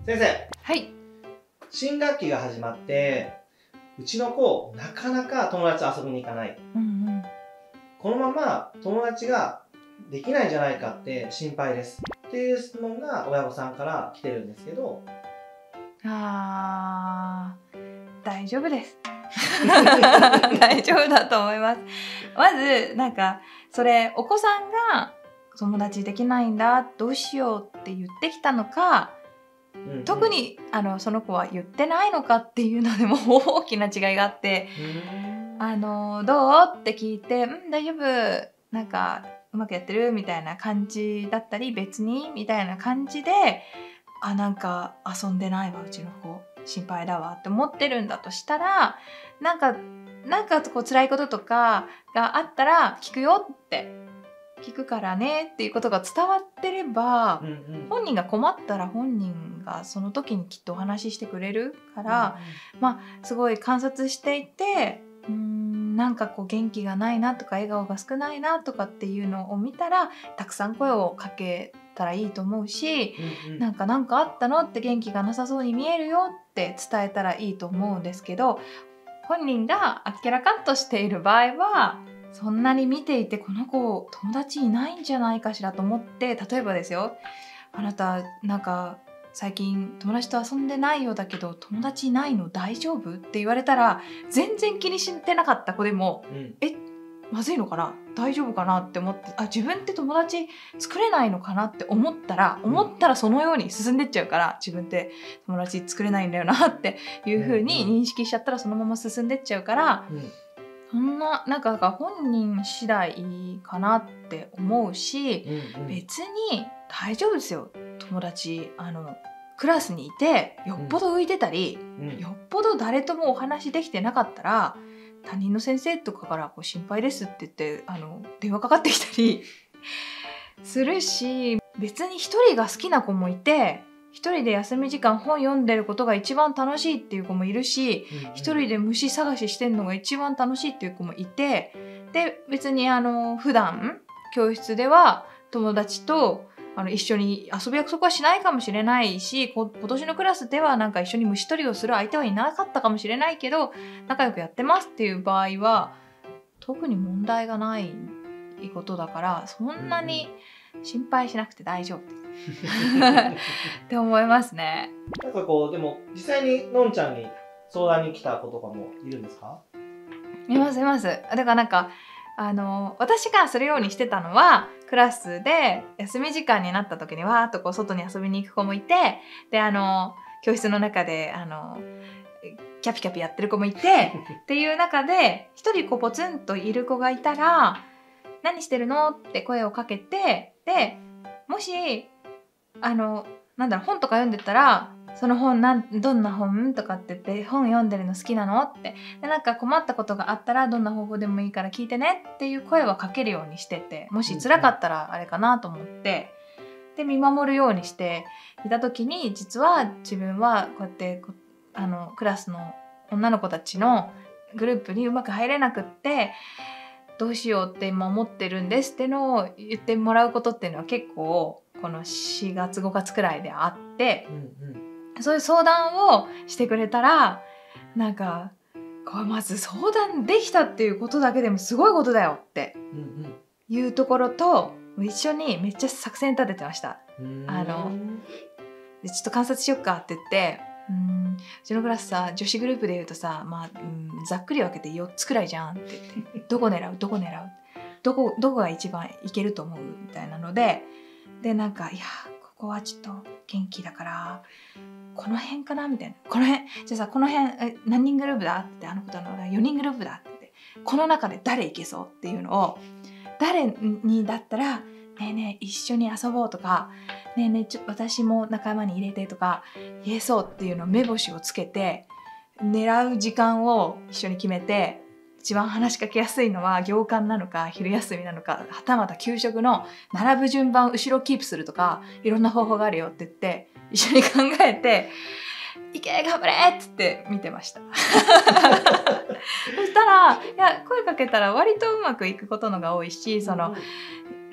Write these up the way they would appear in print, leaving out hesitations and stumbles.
先生、 はい。 新学期が始まって、うちの子、なかなか友達と遊びに行かない。このまま友達ができないんじゃないかって心配です。っていう質問が親御さんから来てるんですけど。 大丈夫です。大丈夫だと思います。まず、それ、お子さんが友達できないんだ、どうしようって言ってきたのか、特にその子は言ってないのかっていうのでも大きな違いがあって、どうって聞いて、大丈夫、うまくやってるみたいな感じだったり、別にみたいな感じで、遊んでないわ、うちの子心配だわって思ってるんだとしたら、辛いこととかがあったら聞くよって、聞くからねっていうことが伝わってれば、本人が困ったら本人がその時にきっとお話ししてくれるから、すごい観察していて、元気がないなとか笑顔が少ないなとかっていうのを見たら、たくさん声をかけたらいいと思うし、なんかあったのって元気がなさそうに見えるよって伝えたらいいと思うんですけど、本人があっけらかんとしている場合は、そんなに見ていてこの子友達いないんじゃないかしらと思って、例えばですよ、あなた最近友達と遊んでないようだけど友達いないの大丈夫って言われたら、全然気にしてなかった子でも、まずいのかな、大丈夫かなって思って、自分って友達作れないのかなって思ったらそのように進んでっちゃうから、自分って友達作れないんだよなっていう風に認識しちゃったらそのまま進んでっちゃうから、そんな本人次第かなって思うし、別に大丈夫ですよ。友達クラスにいてよっぽど浮いてたり、よっぽど誰ともお話できてなかったら、他人の先生とかから心配ですって言って電話かかってきたりするし、別に一人が好きな子もいて、一人で休み時間本読んでることが一番楽しいっていう子もいるし、一人で虫探ししてんのが一番楽しいっていう子もいて、で別に普段教室では友達と一緒に遊ぶ約束はしないかもしれないし、今年のクラスでは一緒に虫取りをする相手はいなかったかもしれないけど、仲良くやってますっていう場合は特に問題がないことだから、そんなに心配しなくて大丈夫って思いますね。 でも実際にのんちゃんに相談に来た子とかもいるんですか？ います。だから私がするようにしてたのは、クラスで休み時間になった時にわーっと外に遊びに行く子もいて、で教室の中でキャピキャピやってる子もいてっていう中で、一人ポツンといる子がいたら、何してるのって声をかけて、でもし本とか読んでたら、その本どんな本とかって言って、本読んでるの好きなのって、で困ったことがあったらどんな方法でもいいから聞いてねっていう声はかけるようにしてて、もし辛かったらあれかなと思って、で見守るようにしていた時に、実は自分はこうやってクラスの女の子たちのグループにうまく入れなくって、どうしようって今思ってるんですってのを言ってもらうことっていうのは結構この4月5月くらいであって、そういう相談をしてくれたら、これまず相談できたっていうことだけでもすごいことだよっていうところと、一緒にめっちゃ作戦立ててました。でちょっと観察しよっかって言って、うちのクラスさ、女子グループで言うとさ、ざっくり分けて4つくらいじゃんって言って、どこ狙うどこが一番いけると思うみたいなので、いやここはちょっと元気だからこの辺かなみたいな、この辺じゃあさ、この辺何人グループだって、あの子との4人グループだって、この中で誰いけそうっていうのを、誰にだったらねえねえ一緒に遊ぼうとか、ねえねえ私も仲間に入れてとか言えそうっていうのを目星をつけて、狙う時間を一緒に決めて、一番話しかけやすいのは行間なのか昼休みなのか、はたまた給食の並ぶ順番後ろキープするとか、いろんな方法があるよって言って一緒に考えて、いけ頑張れっつって見てましたそしたら声かけたら割とうまくいくことのが多いし、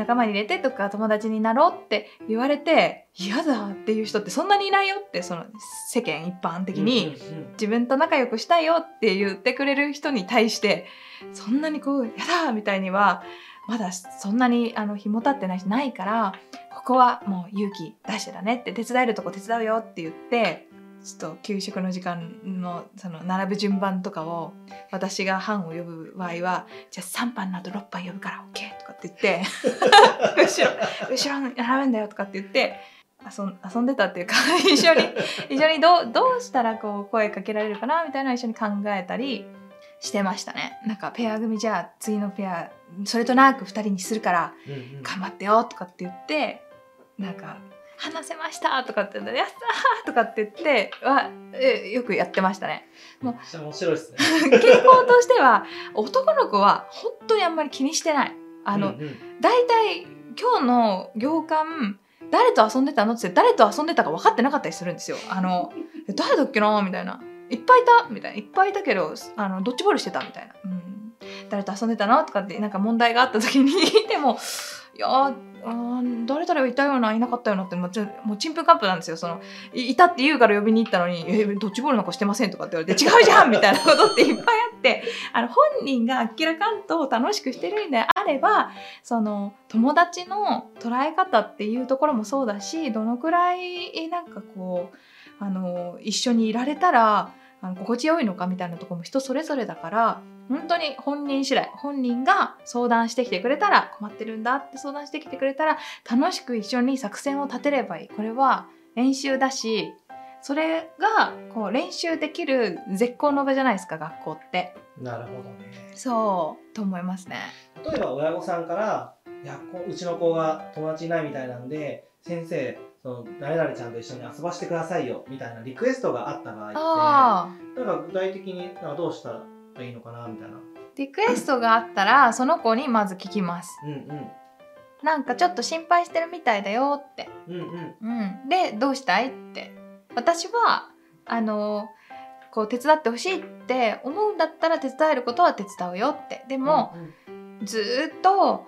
仲間に入れてとか友達になろうって言われて嫌だっていう人ってそんなにいないよって、その世間一般的に自分と仲良くしたいよって言ってくれる人に対してそんなにこうやだみたいにはまだそんなに日も経ってないから、ここはもう勇気出してだねって、手伝えるとこ手伝うよって言って、ちょっと給食の時間のその並ぶ順番とかを私が班を呼ぶ場合は、じゃあ3班の後6班呼ぶから OK とかって言って後ろに並ぶんだよとかって言って遊んでたっていうか一緒にどうしたらこう声かけられるかなみたいなのを一緒に考えたりしてましたね。なんかペア組じゃあ次のペアそれとなく2人にするから頑張ってよとかって言って、なんか話せましたとかって言ってやったーとかって言ってよくやってましたね。 もう面白いですね。 傾向としては男の子は本当にあんまり気にしてない。だいたい今日の行間誰と遊んでたのって誰と遊んでたか分かってなかったりするんですよ。誰だっけなみたいな、いっぱいいたみたいな、いっぱいいたけどドッジボールしてたみたいな、誰と遊んでたのとかってなんか問題があった時にでもいや誰々はいたようないなかったようなってもうちんぷんかんぷんなんですよ。いたって言うから呼びに行ったのにドッジボールなんかしてませんとかって言われて違うじゃんみたいなことっていっぱいあって本人が明らかんと楽しくしてるんであれば、その友達の捉え方っていうところもそうだし、どのくらいなんかこう一緒にいられたら心地よいのかみたいなところも人それぞれだから、本当に本人次第、本人が相談してきてくれたら、困ってるんだって相談してきてくれたら楽しく一緒に作戦を立てればいい。これは練習だし、それがこう練習できる絶好の場じゃないですか、学校って。 なるほどね。 そうと思いますね。 例えば親御さんからいやうちの子が友達いないみたいなんで先生誰々ちゃんと一緒に遊ばせてくださいよみたいなリクエストがあった場合ってなんか具体的にどうしたらいいのかなみたいな。 リクエストがあったらその子にまず聞きます。なんかちょっと心配してるみたいだよって。でどうしたいって。私はこう手伝ってほしいって思うんだったら手伝えることは手伝うよって。でも、ずっと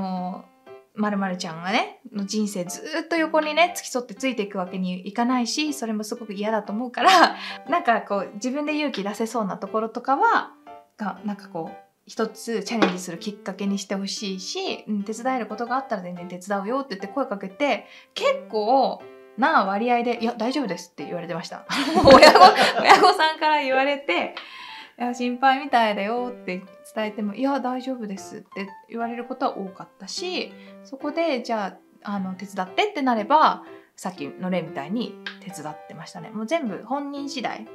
〇〇ちゃんがねの人生ずっと横にね付き添ってついていくわけにいかないし、それもすごく嫌だと思うからなんかこう自分で勇気出せそうなところとかはなんかこう一つチャレンジするきっかけにしてほしいし、手伝えることがあったら全然手伝うよって言って声かけて、結構な割合で「いや大丈夫です」って言われてました親御さんから言われて「いや心配みたいだよ」って伝えても「いや大丈夫です」って言われることは多かったし、そこでじゃあ手伝ってってなればさっきの例みたいに手伝ってましたね。もう全部本人次第。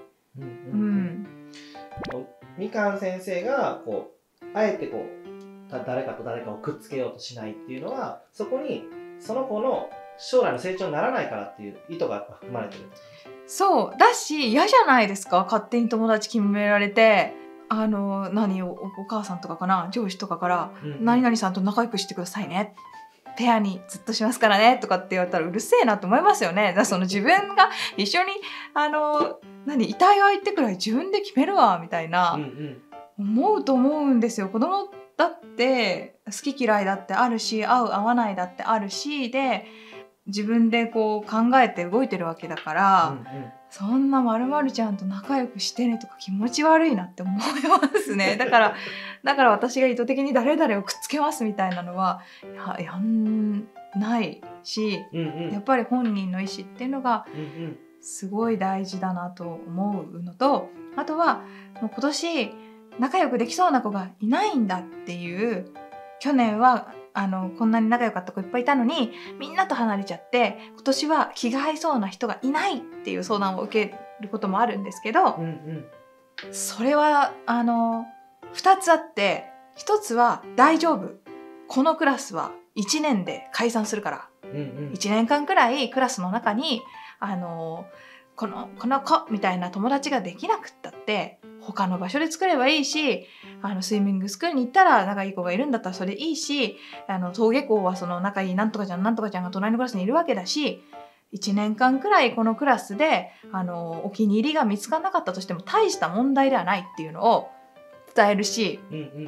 みかん先生がこうあえてこう誰かと誰かをくっつけようとしないっていうのは、そこにその子の将来の成長にならないからっていう意図が含まれてる。 そうだし嫌じゃないですか、勝手に友達決められてお母さんとかかな、上司とかから「何々さんと仲良くしてくださいね」ペアにずっとしますからねとかって言われたらうるせえなと思いますよね。だからその自分が一緒に遺体がいてくらい自分で決めるわみたいな、思うと思うんですよ。子供だって好き嫌いだってあるし、合う合わないだってあるしで、自分でこう考えて動いてるわけだから、そんな〇〇ちゃんと仲良くしてねとか気持ち悪いなって思いますね。だから私が意図的に誰々をくっつけますみたいなのはやんないし、やっぱり本人の意思っていうのがすごい大事だなと思うのと、あとはもう今年仲良くできそうな子がいないんだっていう、去年はこんなに仲良かった子いっぱいいたのにみんなと離れちゃって今年は気が合いそうな人がいないっていう相談を受けることもあるんですけど、それは2つあって、1つは大丈夫、このクラスは1年で解散するから、1年間くらいクラスの中にこの子みたいな友達ができなくったって他の場所で作ればいいし、スイミングスクールに行ったら仲いい子がいるんだったらそれいいし、登下校はその仲いいなんとかちゃんなんとかちゃんが隣のクラスにいるわけだし、1年間くらいこのクラスでお気に入りが見つからなかったとしても大した問題ではないっていうのを伝えるし、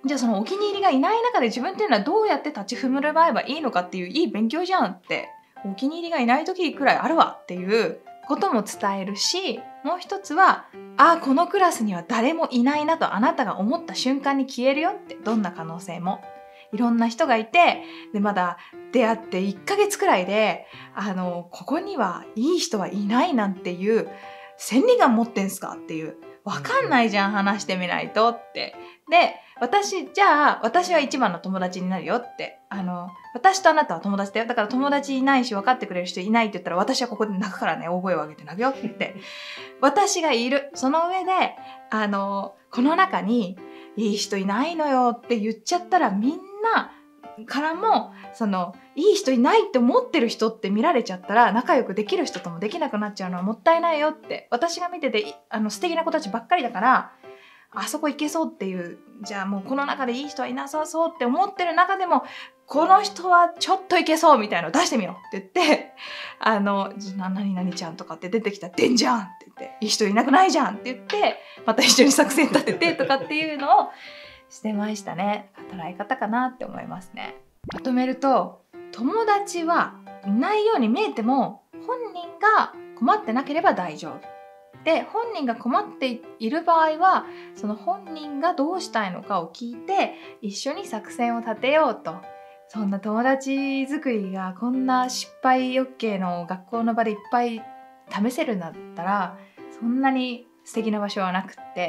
じゃあそのお気に入りがいない中で自分っていうのはどうやって立ち踏むればいいのかっていういい勉強じゃんって、お気に入りがいない時くらいあるわっていうことも伝えるし、もう一つは、このクラスには誰もいないなとあなたが思った瞬間に消えるよって、どんな可能性も。いろんな人がいて、で、まだ出会って1ヶ月くらいで、ここにはいい人はいないなんていう千里眼持ってんすかっていう、わかんないじゃん、話してみないとって。で、じゃあ私は一番の友達になるよって。私とあなたは友達だよ。だから友達いないし分かってくれる人いないって言ったら、私はここで泣くからね、大声を上げて泣くよって。私がいる。その上で、この中にいい人いないのよって言っちゃったら、みんなからも、いい人いないって思ってる人って見られちゃったら、仲良くできる人ともできなくなっちゃうのはもったいないよって。私が見てて、素敵な子たちばっかりだから、あそこ行けそうっていう、じゃあもうこの中でいい人はいなさそうって思ってる中でも、この人はちょっといけそうみたいなの出してみようって言って、何々ちゃんとかって出てきたら、でんじゃんって言って、いい人いなくないじゃんって言って、また一緒に作戦立ててとかっていうのをしてましたね。働い方かなって思いますね。まとめると、友達はいないように見えても、本人が困ってなければ大丈夫。で、本人が困っている場合は、その本人がどうしたいのかを聞いて、一緒に作戦を立てようと。そんな友達作りがこんな失敗 OK の学校の場でいっぱい試せるんだったら、そんなに素敵な場所はなくって、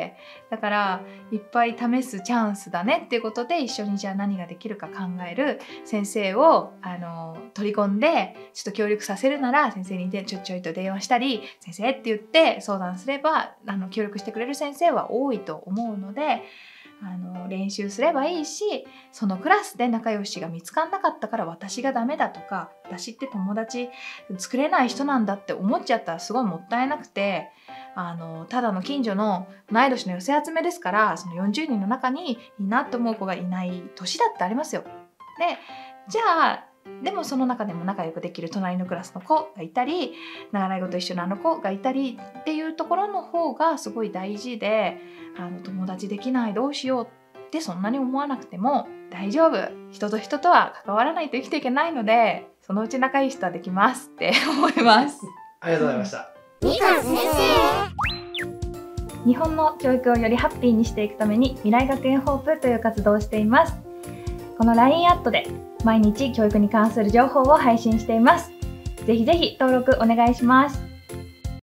だからいっぱい試すチャンスだねっていうことで、一緒にじゃあ何ができるか考える先生を取り込んで、ちょっと協力させるなら先生にちょいと電話したり、先生って言って相談すれば協力してくれる先生は多いと思うので、練習すればいいし、そのクラスで仲良しが見つかんなかったから私がダメだとか、私って友達作れない人なんだって思っちゃったらすごいもったいなくて、ただの近所の同い年の寄せ集めですから、その40人の中にいいなと思う子がいない年だってありますよ。で、じゃあでもその中でも仲良くできる隣のクラスの子がいたり、習い事一緒の子がいたりっていうところの方がすごい大事で、友達できないどうしようってそんなに思わなくても大丈夫。人と人とは関わらないと生きていけないので、そのうち仲いい人はできますって思います。 ありがとうございました。 みかん先生。日本の教育をよりハッピーにしていくために、未来学園ホープという活動をしています。この LINE アットで毎日教育に関する情報を配信しています。ぜひぜひ登録お願いします。